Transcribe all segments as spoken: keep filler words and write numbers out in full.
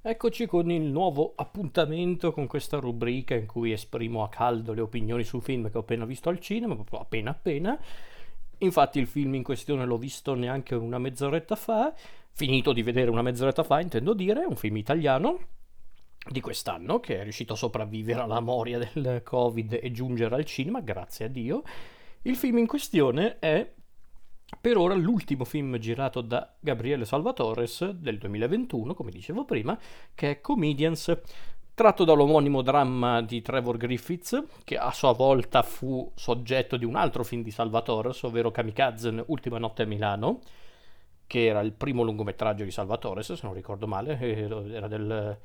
Eccoci con il nuovo appuntamento con questa rubrica in cui esprimo a caldo le opinioni su film che ho appena visto al cinema, proprio appena appena. Infatti il film in questione l'ho visto neanche una mezz'oretta fa, finito di vedere una mezz'oretta fa, intendo dire, è un film italiano di quest'anno che è riuscito a sopravvivere alla moria del Covid e giungere al cinema, grazie a Dio. Il film in questione è per ora l'ultimo film girato da Gabriele Salvatores del duemilaventuno, come dicevo prima, che è Comedians, tratto dall'omonimo dramma di Trevor Griffiths, che a sua volta fu soggetto di un altro film di Salvatores, ovvero Kamikaze, Ultima notte a Milano, che era il primo lungometraggio di Salvatores, se non ricordo male, era del,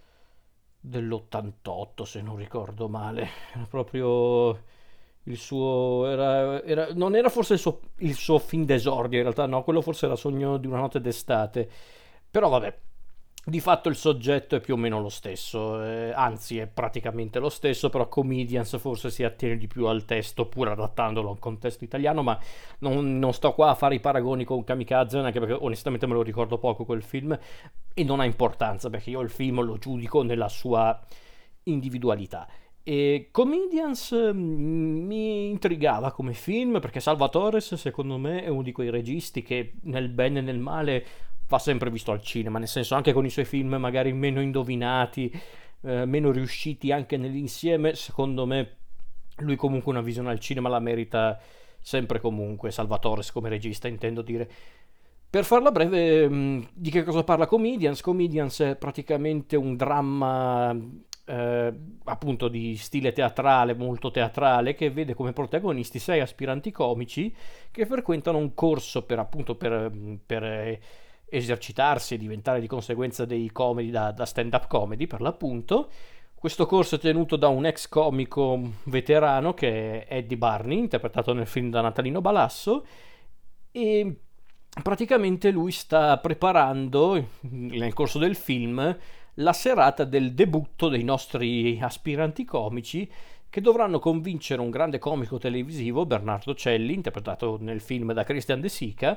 dell'ottantotto, se non ricordo male, era proprio il suo era, era- non era forse il suo, il suo film d'esordio, in realtà no, quello forse era Sogno di una notte d'estate, però vabbè, di fatto il soggetto è più o meno lo stesso, eh, anzi è praticamente lo stesso, però Comedians forse si attiene di più al testo pur adattandolo a un contesto italiano, ma non, non sto qua a fare i paragoni con Kamikaze, anche perché onestamente me lo ricordo poco quel film e non ha importanza perché io il film lo giudico nella sua individualità. E Comedians mm, mi intrigava come film perché Salvatores secondo me è uno di quei registi che nel bene e nel male va sempre visto al cinema, nel senso anche con i suoi film magari meno indovinati, eh, meno riusciti anche nell'insieme, secondo me lui comunque una visione al cinema la merita sempre comunque, Salvatores come regista intendo dire. Per farla breve, mh, di che cosa parla Comedians? Comedians è praticamente un dramma eh, appunto di stile teatrale, molto teatrale, che vede come protagonisti sei aspiranti comici che frequentano un corso per appunto per, per eh, esercitarsi e diventare di conseguenza dei comedi da, da stand-up comedy per l'appunto. Questo corso è tenuto da un ex comico veterano che è Eddie Barney, interpretato nel film da Natalino Balasso, e praticamente lui sta preparando nel corso del film la serata del debutto dei nostri aspiranti comici che dovranno convincere un grande comico televisivo, Bernardo Celli, interpretato nel film da Christian De Sica,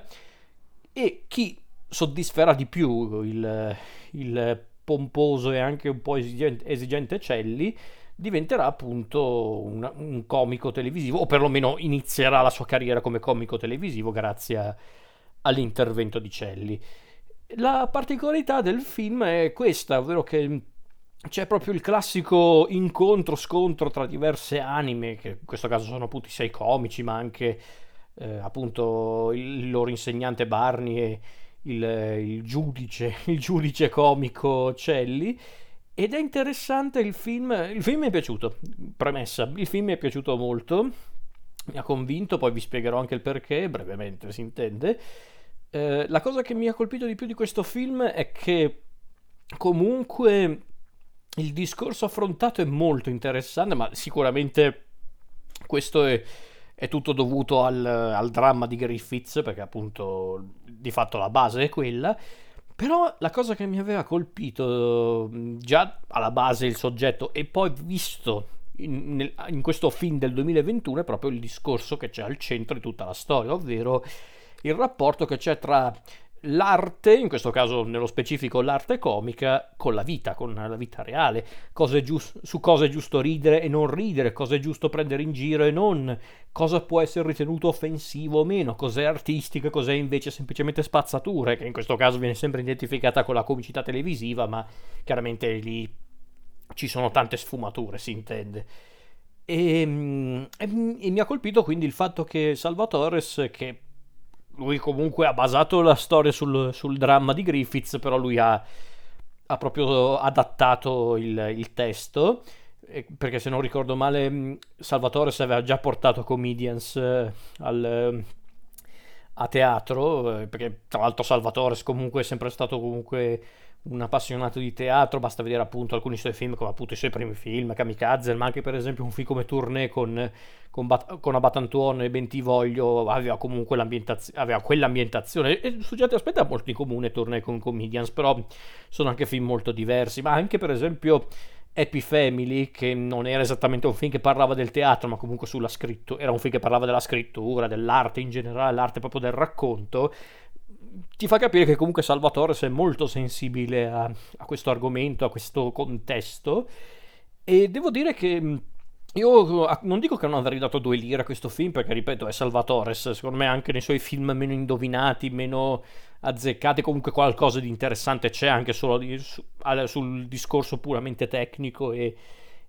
e chi soddisferà di più il, il pomposo e anche un po' esigente, esigente Celli diventerà appunto un, un comico televisivo, o perlomeno inizierà la sua carriera come comico televisivo grazie a- all'intervento di Celli. La particolarità del film è questa, ovvero che c'è proprio il classico incontro-scontro tra diverse anime, che in questo caso sono appunto i sei comici, ma anche eh, appunto il loro insegnante Barney e il, il giudice, il giudice comico Celli. Ed è interessante il film, il film mi è piaciuto, premessa, il film mi è piaciuto molto, mi ha convinto, poi vi spiegherò anche il perché, brevemente si intende. Eh, la cosa che mi ha colpito di più di questo film è che comunque il discorso affrontato è molto interessante, ma sicuramente questo è, è tutto dovuto al, al dramma di Griffiths, perché appunto di fatto la base è quella. Però la cosa che mi aveva colpito mh, già alla base il soggetto e poi visto in, nel- in questo film del duemilaventuno è proprio il discorso che c'è al centro di tutta la storia, ovvero il rapporto che c'è tra l'arte, in questo caso nello specifico l'arte comica, con la vita, con la vita reale, cosa è gius- su cosa è giusto ridere e non ridere, cosa è giusto prendere in giro e non, cosa può essere ritenuto offensivo o meno, cos'è artistico e cos'è invece semplicemente spazzatura, che in questo caso viene sempre identificata con la comicità televisiva, ma chiaramente lì ci sono tante sfumature, si intende. E, mm, e, e mi ha colpito quindi il fatto che Salvatores, che lui comunque ha basato la storia sul, sul dramma di Griffiths, però lui ha, ha proprio adattato il, il testo, eh, perché se non ricordo male mh, Salvatore si aveva già portato Comedians eh, al, a teatro, eh, perché tra l'altro Salvatore comunque è sempre stato comunque un appassionato di teatro, basta vedere appunto alcuni suoi film come appunto i suoi primi film, Kamikaze, ma anche per esempio un film come Tournée con, con, Bat- con Abatantuono e Bentivoglio aveva comunque l'ambientazione, aveva quell'ambientazione e su certi aspetti ha molto in comune Tournée con Comedians, però sono anche film molto diversi, ma anche per esempio Happy Family, che non era esattamente un film che parlava del teatro, ma comunque sulla scrittura, era un film che parlava della scrittura, dell'arte in generale, l'arte proprio del racconto. ti fa capire che comunque Salvatore è molto sensibile a, a questo argomento, a questo contesto. E devo dire che mh, io ah, non dico che non avrei dato due lire a questo film, perché ripeto, è Salvatore. Secondo me anche nei suoi film meno indovinati, meno azzeccati, comunque qualcosa di interessante c'è anche solo di- su- al- sul discorso puramente tecnico e,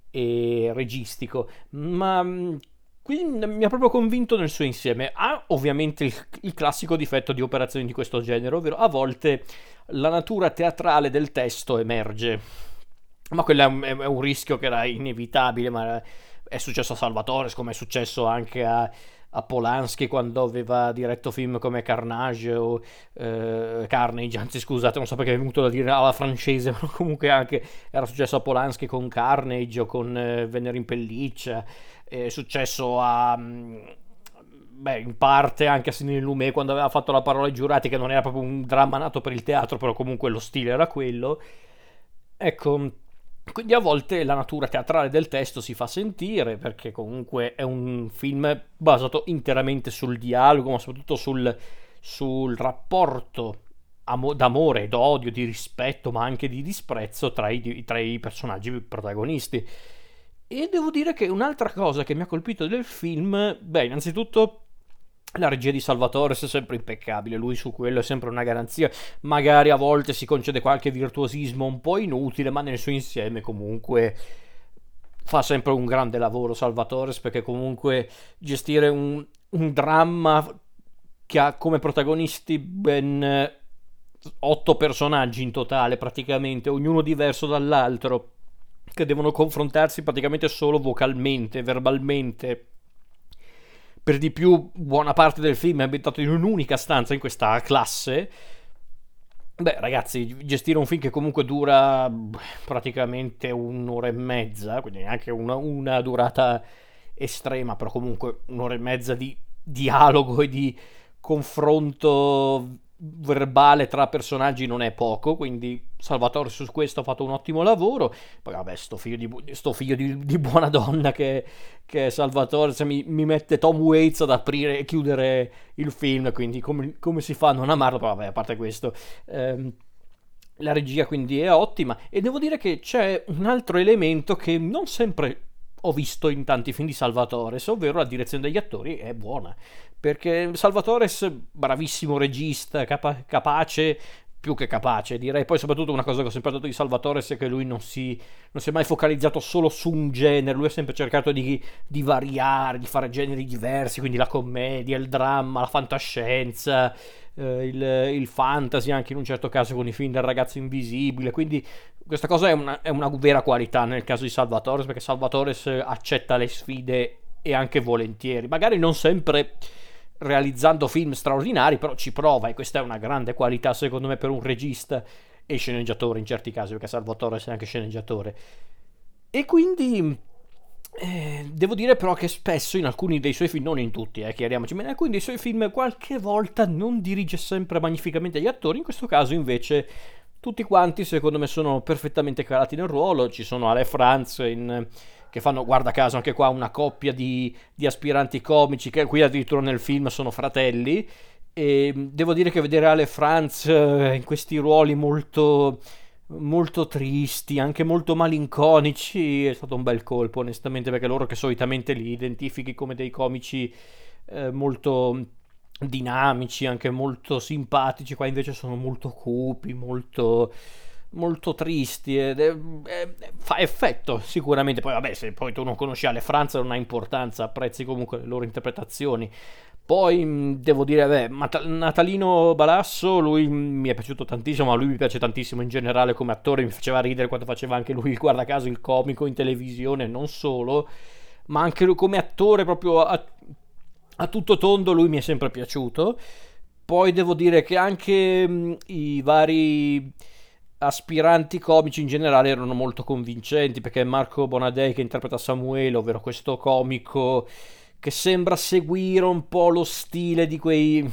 e registico. Ma mh, qui mi ha proprio convinto nel suo insieme. Ha ovviamente il, il classico difetto di operazioni di questo genere, ovvero a volte la natura teatrale del testo emerge. Ma quello è un, è un rischio che era inevitabile, ma è successo a Salvatore, come è successo anche a, a Polanski quando aveva diretto film come Carnage o eh, Carnage, anzi scusate, non so perché è venuto da dire alla francese, ma comunque anche era successo a Polanski con Carnage o con eh, Venere in pelliccia, è successo a... mm, beh, in parte anche a Sidney Lumet quando aveva fatto La parola ai giurati, che non era proprio un dramma nato per il teatro, però comunque lo stile era quello. Ecco, quindi a volte la natura teatrale del testo si fa sentire, perché comunque è un film basato interamente sul dialogo, ma soprattutto sul, sul rapporto amo- d'amore, d'odio, di rispetto, ma anche di disprezzo tra i, tra i personaggi protagonisti. E devo dire che un'altra cosa che mi ha colpito del film, beh, innanzitutto la regia di Salvatore è sempre impeccabile, lui su quello è sempre una garanzia. Magari a volte si concede qualche virtuosismo un po' inutile, ma nel suo insieme comunque fa sempre un grande lavoro Salvatore, perché comunque gestire un, un dramma che ha come protagonisti ben otto personaggi in totale praticamente, ognuno diverso dall'altro, che devono confrontarsi praticamente solo vocalmente, verbalmente. Per di più, buona parte del film è ambientato in un'unica stanza in questa classe. Beh, ragazzi, gestire un film che comunque dura praticamente un'ora e mezza, quindi neanche una, una durata estrema, però comunque un'ora e mezza di dialogo e di confronto verbale tra personaggi non è poco, quindi Salvatore su questo ha fatto un ottimo lavoro. Poi vabbè, sto figlio di, bu- sto figlio di, di buona donna che, che è Salvatore, se mi, mi mette Tom Waits ad aprire e chiudere il film, quindi come, come si fa a non amarlo? Però vabbè, a parte questo, ehm, la regia quindi è ottima, e devo dire che c'è un altro elemento che non sempre ho visto in tanti film di Salvatore, ovvero la direzione degli attori è buona, perché Salvatore, bravissimo regista, capa- capace, più che capace direi. Poi soprattutto una cosa che ho sempre detto di Salvatore è che lui non si, non si è mai focalizzato solo su un genere, lui ha sempre cercato di, di variare, di fare generi diversi, quindi la commedia, il dramma, la fantascienza, eh, il, il fantasy anche in un certo caso con i film del ragazzo invisibile, quindi questa cosa è una, è una vera qualità nel caso di Salvatore, perché Salvatore accetta le sfide e anche volentieri, magari non sempre realizzando film straordinari, però ci prova, e questa è una grande qualità secondo me per un regista e sceneggiatore in certi casi, perché Salvatore è anche sceneggiatore. E quindi eh, devo dire però che spesso in alcuni dei suoi film, non in tutti, eh, chiariamoci, ma in alcuni dei suoi film qualche volta non dirige sempre magnificamente gli attori. In questo caso invece tutti quanti secondo me sono perfettamente calati nel ruolo. Ci sono Ale Franz in, che fanno, guarda caso, anche qua una coppia di, di aspiranti comici, che qui addirittura nel film sono fratelli. E devo dire che vedere Ale Franz eh, in questi ruoli molto, molto tristi, anche molto malinconici, è stato un bel colpo, onestamente, perché loro che solitamente li identifichi come dei comici eh, molto dinamici, anche molto simpatici, qua invece sono molto cupi, molto molto tristi, ed è, è- fa effetto sicuramente. Poi vabbè, se poi tu non conosci Ale Franz non ha importanza, apprezzi comunque le loro interpretazioni. Poi mh, devo dire, beh, Mata- Natalino Balasso, lui mi è piaciuto tantissimo, ma lui mi piace tantissimo in generale come attore, mi faceva ridere quando faceva anche lui, guarda caso, il comico in televisione, non solo, ma anche lui come attore proprio a, a tutto tondo, lui mi è sempre piaciuto. Poi devo dire che anche mh, i vari aspiranti comici in generale erano molto convincenti, perché Marco Bonadei che interpreta Samuele, ovvero questo comico che sembra seguire un po' lo stile di quei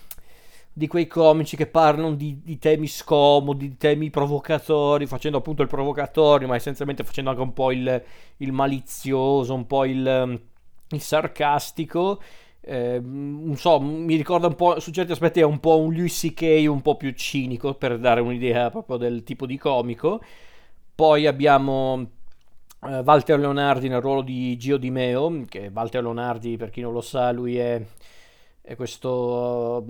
di quei comici che parlano di, di temi scomodi, di temi provocatori, facendo appunto il provocatorio, ma essenzialmente facendo anche un po' il, il malizioso, un po' il, il sarcastico. eh, non so, mi ricorda un po', su certi aspetti è un po' un Louis C K un po' più cinico, per dare un'idea proprio del tipo di comico. Poi abbiamo eh, Walter Leonardi nel ruolo di Gio Di Meo, che Walter Leonardi, per chi non lo sa, lui è, è questo...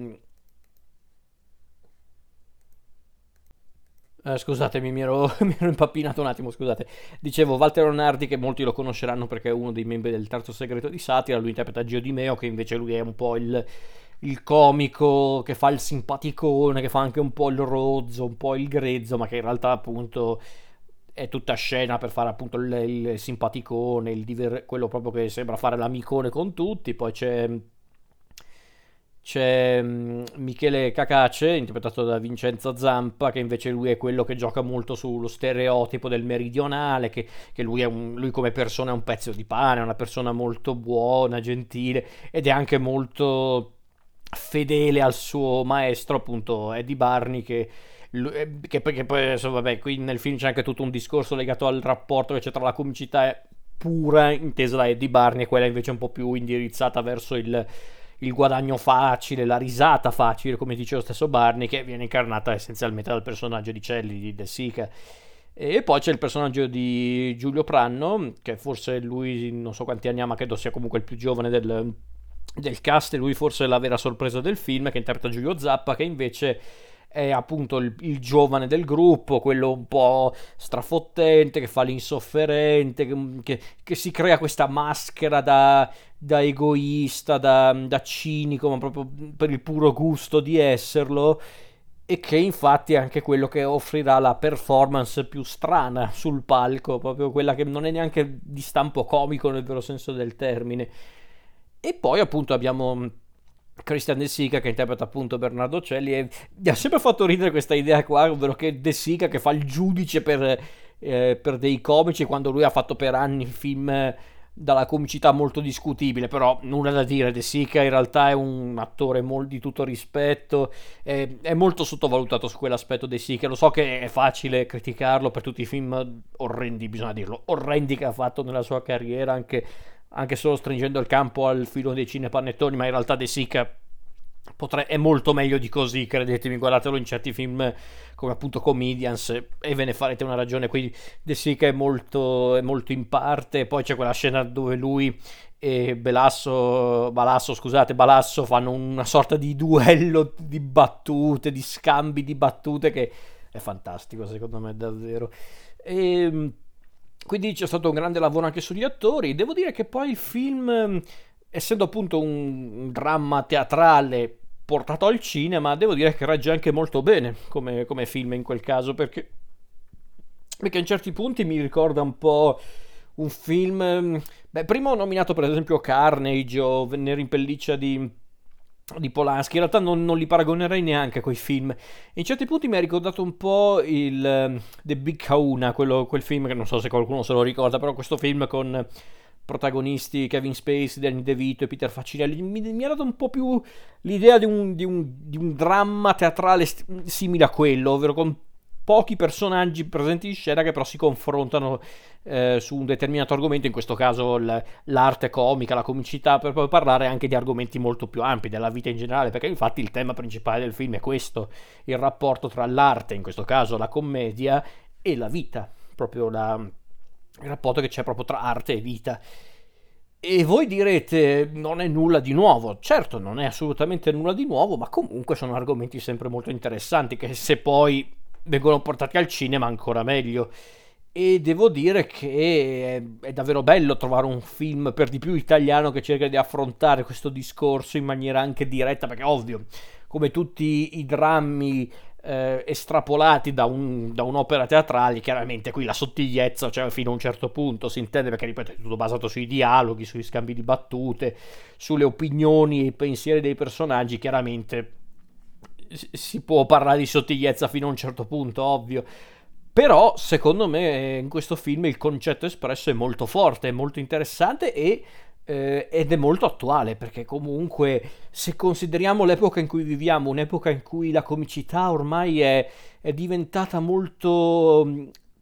Eh, scusatemi, mi ero, mi ero impappinato un attimo, scusate. Dicevo, Walter Leonardi, che molti lo conosceranno perché è uno dei membri del Terzo Segreto di Satira, lui interpreta Gio Di Meo, che invece lui è un po' il, il comico, che fa il simpaticone, che fa anche un po' il rozzo, un po' il grezzo, ma che in realtà appunto è tutta scena per fare appunto il, il simpaticone, il diver- quello proprio che sembra fare l'amicone con tutti. Poi c'è c'è mm, Michele Cacace, interpretato da Vincenzo Zampa, che invece lui è quello che gioca molto sullo stereotipo del meridionale, che, che lui, è un- lui come persona è un pezzo di pane, è una persona molto buona, gentile, ed è anche molto fedele al suo maestro, appunto Eddie Barney, che, lu- eh, che poi, che poi adesso, vabbè, qui nel film c'è anche tutto un discorso legato al rapporto che c'è tra la comicità pura, intesa da Eddie Barney, e quella invece un po' più indirizzata verso il il guadagno facile, la risata facile, come dice lo stesso Barney, che viene incarnata essenzialmente dal personaggio di Celli, di De Sica. E poi c'è il personaggio di Giulio Pranno, che forse lui non so quanti anni ha, ma credo sia comunque il più giovane del, del cast, e lui forse è la vera sorpresa del film, che interpreta Giulio Zappa, che invece è appunto il, il giovane del gruppo, quello un po' strafottente, che fa l'insofferente, che, che- che si crea questa maschera da, da egoista, da, da cinico, ma proprio per il puro gusto di esserlo, e che infatti è anche quello che offrirà la performance più strana sul palco, proprio quella che non è neanche di stampo comico nel vero senso del termine. E poi appunto abbiamo Christian De Sica che interpreta appunto Bernardo Celli, e mi ha sempre fatto ridere questa idea qua, ovvero che De Sica che fa il giudice per, eh, per dei comici, quando lui ha fatto per anni film eh, dalla comicità molto discutibile. Però nulla da dire, De Sica in realtà è un attore mol- di tutto rispetto, è, è molto sottovalutato su quell'aspetto De Sica. Lo so che è facile criticarlo per tutti i film orrendi, bisogna dirlo, orrendi che ha fatto nella sua carriera, anche anche solo stringendo il campo al filo dei cinepanettoni, ma in realtà De Sica potre- è molto meglio di così, credetemi, guardatelo in certi film come appunto Comedians e ve ne farete una ragione. Qui De Sica è molto, è molto in parte. Poi c'è quella scena dove lui e Belasso, Balasso, scusate, Balasso fanno una sorta di duello di battute, di scambi di battute, che è fantastico secondo me davvero. E quindi c'è stato un grande lavoro anche sugli attori. Devo dire che poi il film, ehm, essendo appunto un, un dramma teatrale portato al cinema, devo dire che regge anche molto bene come, come film in quel caso, perché, perché in certi punti mi ricorda un po' un film... ehm, Beh, prima ho nominato per esempio Carnage o Venere in pelliccia di, di Polanski. In realtà non, non li paragonerei neanche a quei film. In certi punti mi ha ricordato un po' il ehm, The Big Kahuna, quello- quel film che non so se qualcuno se lo ricorda, però questo film con protagonisti Kevin Spacey, Danny DeVito e Peter Facinelli mi, mi ha dato un po' più l'idea di un, di un- di un dramma teatrale st- simile a quello, ovvero con pochi personaggi presenti in scena che però si confrontano eh, su un determinato argomento, in questo caso l- l'arte comica, la comicità, per poi parlare anche di argomenti molto più ampi della vita in generale, perché infatti il tema principale del film è questo, il rapporto tra l'arte, in questo caso la commedia, e la vita, proprio la- il rapporto che c'è proprio tra arte e vita. E voi direte, non è nulla di nuovo. Certo, non è assolutamente nulla di nuovo, ma comunque sono argomenti sempre molto interessanti, che se poi vengono portati al cinema ancora meglio. E devo dire che è, è davvero bello trovare un film per di più italiano che cerca di affrontare questo discorso in maniera anche diretta, perché ovvio, come tutti i drammi eh, estrapolati da, un- da un'opera teatrale, chiaramente qui la sottigliezza c'è, cioè, fino a un certo punto, si intende, perché ripeto è tutto basato sui dialoghi, sugli scambi di battute, sulle opinioni e i pensieri dei personaggi. Chiaramente si si può parlare di sottigliezza fino a un certo punto, ovvio. Però, secondo me, in questo film il concetto espresso è molto forte, è molto interessante, e, eh, ed è molto attuale, perché comunque, se consideriamo l'epoca in cui viviamo, un'epoca in cui la comicità ormai è, è diventata molto,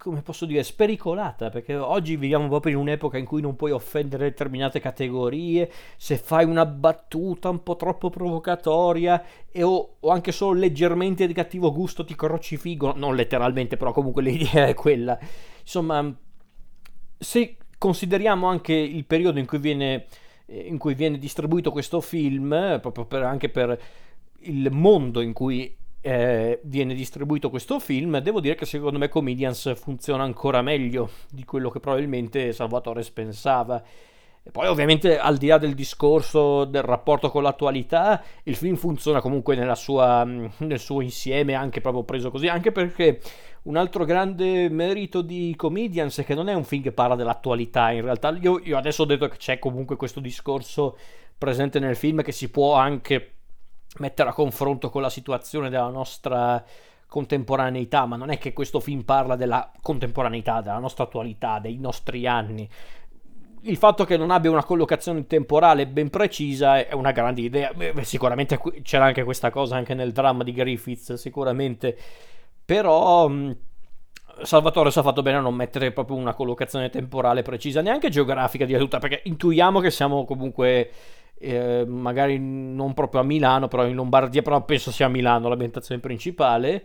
come posso dire, spericolata, perché oggi viviamo proprio in un'epoca in cui non puoi offendere determinate categorie, se fai una battuta un po' troppo provocatoria e o, o anche solo leggermente di cattivo gusto ti crocifiggono, non letteralmente, però comunque l'idea è quella. Insomma, se consideriamo anche il periodo in cui viene, in cui viene distribuito questo film, eh, proprio per, anche per il mondo in cui eh, viene distribuito questo film, devo dire che secondo me Comedians funziona ancora meglio di quello che probabilmente Salvatore pensava. E poi ovviamente al di là del discorso del rapporto con l'attualità, il film funziona comunque nella sua, nel suo insieme, anche proprio preso così, anche perché un altro grande merito di Comedians è che non è un film che parla dell'attualità, in realtà io, io adesso ho detto che c'è comunque questo discorso presente nel film che si può anche mettere a confronto con la situazione della nostra contemporaneità, ma non è che questo film parla della contemporaneità, della nostra attualità, dei nostri anni. Il fatto che non abbia una collocazione temporale ben precisa è una grande idea. Beh, sicuramente c'era anche questa cosa anche nel dramma di Griffith, sicuramente, però mh, Salvatore si è fatto bene a non mettere proprio una collocazione temporale precisa, neanche geografica di tutta, perché intuiamo che siamo comunque eh, magari non proprio a Milano, però in Lombardia, però penso sia a Milano l'ambientazione principale.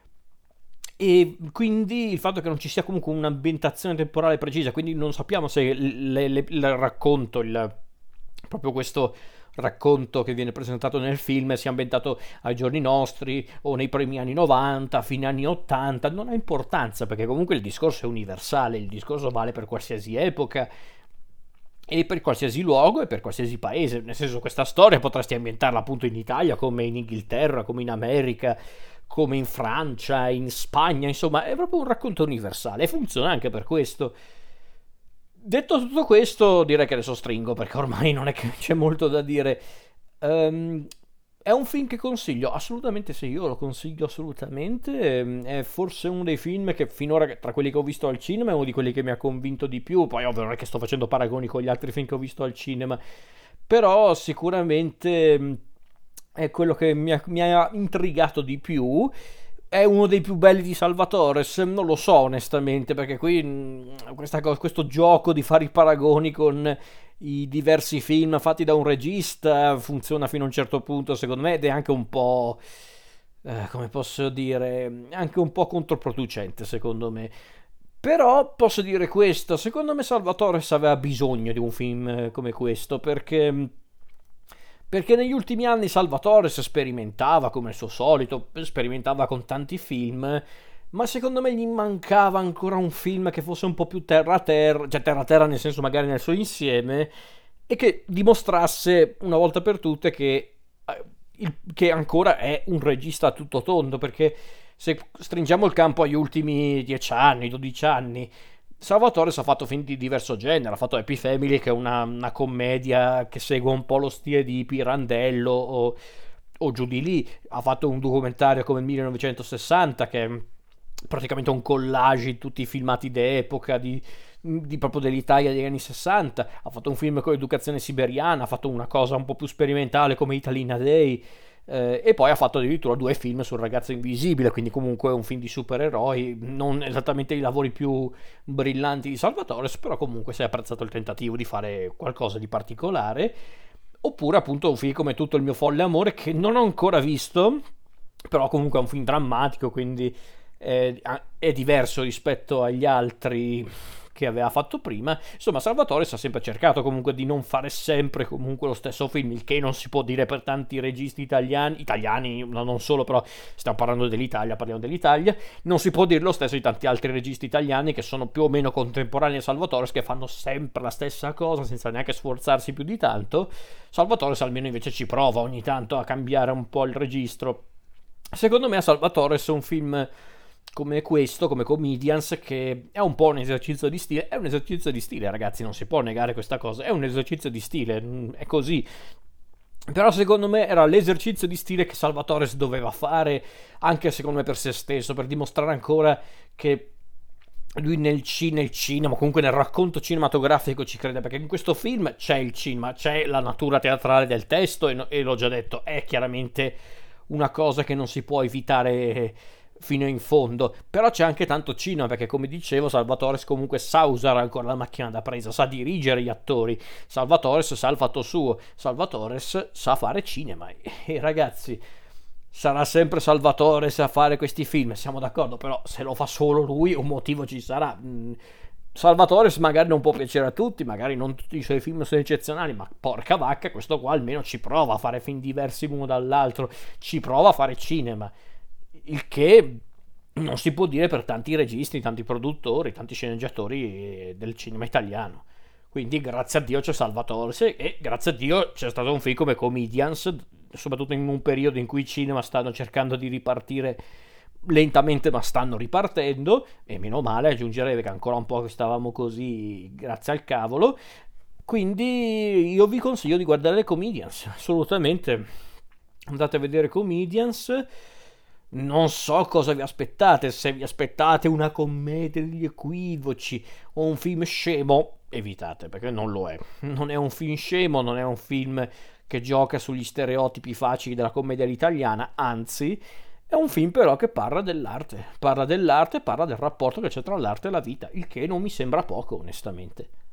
E quindi il fatto che non ci sia comunque un'ambientazione temporale precisa, quindi non sappiamo se le- le- il racconto, il, proprio questo racconto che viene presentato nel film sia ambientato ai giorni nostri o nei primi anni novanta, fine anni ottanta, non ha importanza perché comunque il discorso è universale, il discorso vale per qualsiasi epoca e per qualsiasi luogo e per qualsiasi paese, nel senso questa storia potresti ambientarla appunto in Italia come in Inghilterra, come in America, come in Francia, in Spagna, insomma è proprio un racconto universale e funziona anche per questo. Detto tutto questo, direi che adesso stringo perché ormai non è che c'è molto da dire. Ehm, è un film che consiglio, assolutamente sì, io lo consiglio assolutamente. Ehm, È forse uno dei film che finora, tra quelli che ho visto al cinema, è uno di quelli che mi ha convinto di più. Poi, ovvio, non è che sto facendo paragoni con gli altri film che ho visto al cinema, però sicuramente mh, è quello che mi ha, mi ha intrigato di più. È uno dei più belli di Salvatore, se non lo so onestamente, perché qui mh, questa co- questo gioco di fare i paragoni con i diversi film fatti da un regista funziona fino a un certo punto, secondo me, ed è anche un po', eh, come posso dire, anche un po' controproducente, secondo me. Però posso dire questo, secondo me Salvatore aveva bisogno di un film eh, come questo, perché mh, perché negli ultimi anni Salvatore si sperimentava come al suo solito, sperimentava con tanti film, ma secondo me gli mancava ancora un film che fosse un po' più terra a terra, cioè terra a terra nel senso magari nel suo insieme, e che dimostrasse una volta per tutte che, eh, il- che ancora è un regista a tutto tondo, perché se stringiamo il campo agli ultimi dieci anni, dodici anni, Salvatore si è fatto film di diverso genere, ha fatto Happy Family che è una, una commedia che segue un po' lo stile di Pirandello o, o giù di lì, ha fatto un documentario come millenovecentosessanta che è praticamente un collage di tutti i filmati d'epoca, di, di proprio dell'Italia degli anni sessanta, ha fatto un film con l'educazione siberiana, ha fatto una cosa un po' più sperimentale come Italina Day, eh, e poi ha fatto addirittura due film sul ragazzo invisibile, quindi comunque un film di supereroi, non esattamente i lavori più brillanti di Salvatore, però comunque si è apprezzato il tentativo di fare qualcosa di particolare. Oppure appunto un film come Tutto il mio folle amore che non ho ancora visto, però comunque è un film drammatico, quindi è, è diverso rispetto agli altri che aveva fatto prima. Insomma, Salvatore si è sempre cercato comunque di non fare sempre comunque lo stesso film, il che non si può dire per tanti registi italiani, italiani no, non solo, però stiamo parlando dell'Italia, parliamo dell'Italia, non si può dire lo stesso di tanti altri registi italiani che sono più o meno contemporanei a Salvatore, che fanno sempre la stessa cosa senza neanche sforzarsi più di tanto. Salvatore almeno invece ci prova ogni tanto a cambiare un po' il registro. Secondo me a Salvatore è un film come questo, come Comedians, che è un po' un esercizio di stile, è un esercizio di stile ragazzi, non si può negare questa cosa, è un esercizio di stile, è così. Però secondo me era l'esercizio di stile che Salvatore doveva fare, anche secondo me per se stesso, per dimostrare ancora che lui nel, ci- nel cinema, comunque nel racconto cinematografico ci crede, perché in questo film c'è il cinema, c'è la natura teatrale del testo e, no- e l'ho già detto, è chiaramente una cosa che non si può evitare fino in fondo. Però c'è anche tanto cinema, perché come dicevo, Salvatore comunque sa usare ancora la macchina da presa, sa dirigere gli attori. Salvatore sa il fatto suo. Salvatore sa fare cinema. E ragazzi, sarà sempre Salvatore a fare questi film, siamo d'accordo, però se lo fa solo lui un motivo ci sarà. Mm, Salvatore magari non può piacere a tutti, magari non tutti i suoi film sono eccezionali, ma porca vacca, questo qua almeno ci prova a fare film diversi l'uno dall'altro, ci prova a fare cinema, il che non si può dire per tanti registi, tanti produttori, tanti sceneggiatori del cinema italiano. Quindi grazie a Dio c'è Salvatore e grazie a Dio c'è stato un film come Comedians, soprattutto in un periodo in cui i cinema stanno cercando di ripartire lentamente, ma stanno ripartendo, e meno male, aggiungerei che ancora un po' che stavamo così, grazie al cavolo. Quindi io vi consiglio di guardare le Comedians, assolutamente. Andate a vedere Comedians. Non so cosa vi aspettate, se vi aspettate una commedia degli equivoci o un film scemo, evitate, perché non lo è. Non è un film scemo, non è un film che gioca sugli stereotipi facili della commedia italiana, anzi, è un film però che parla dell'arte, parla dell'arte, parla del rapporto che c'è tra l'arte e la vita, il che non mi sembra poco, onestamente.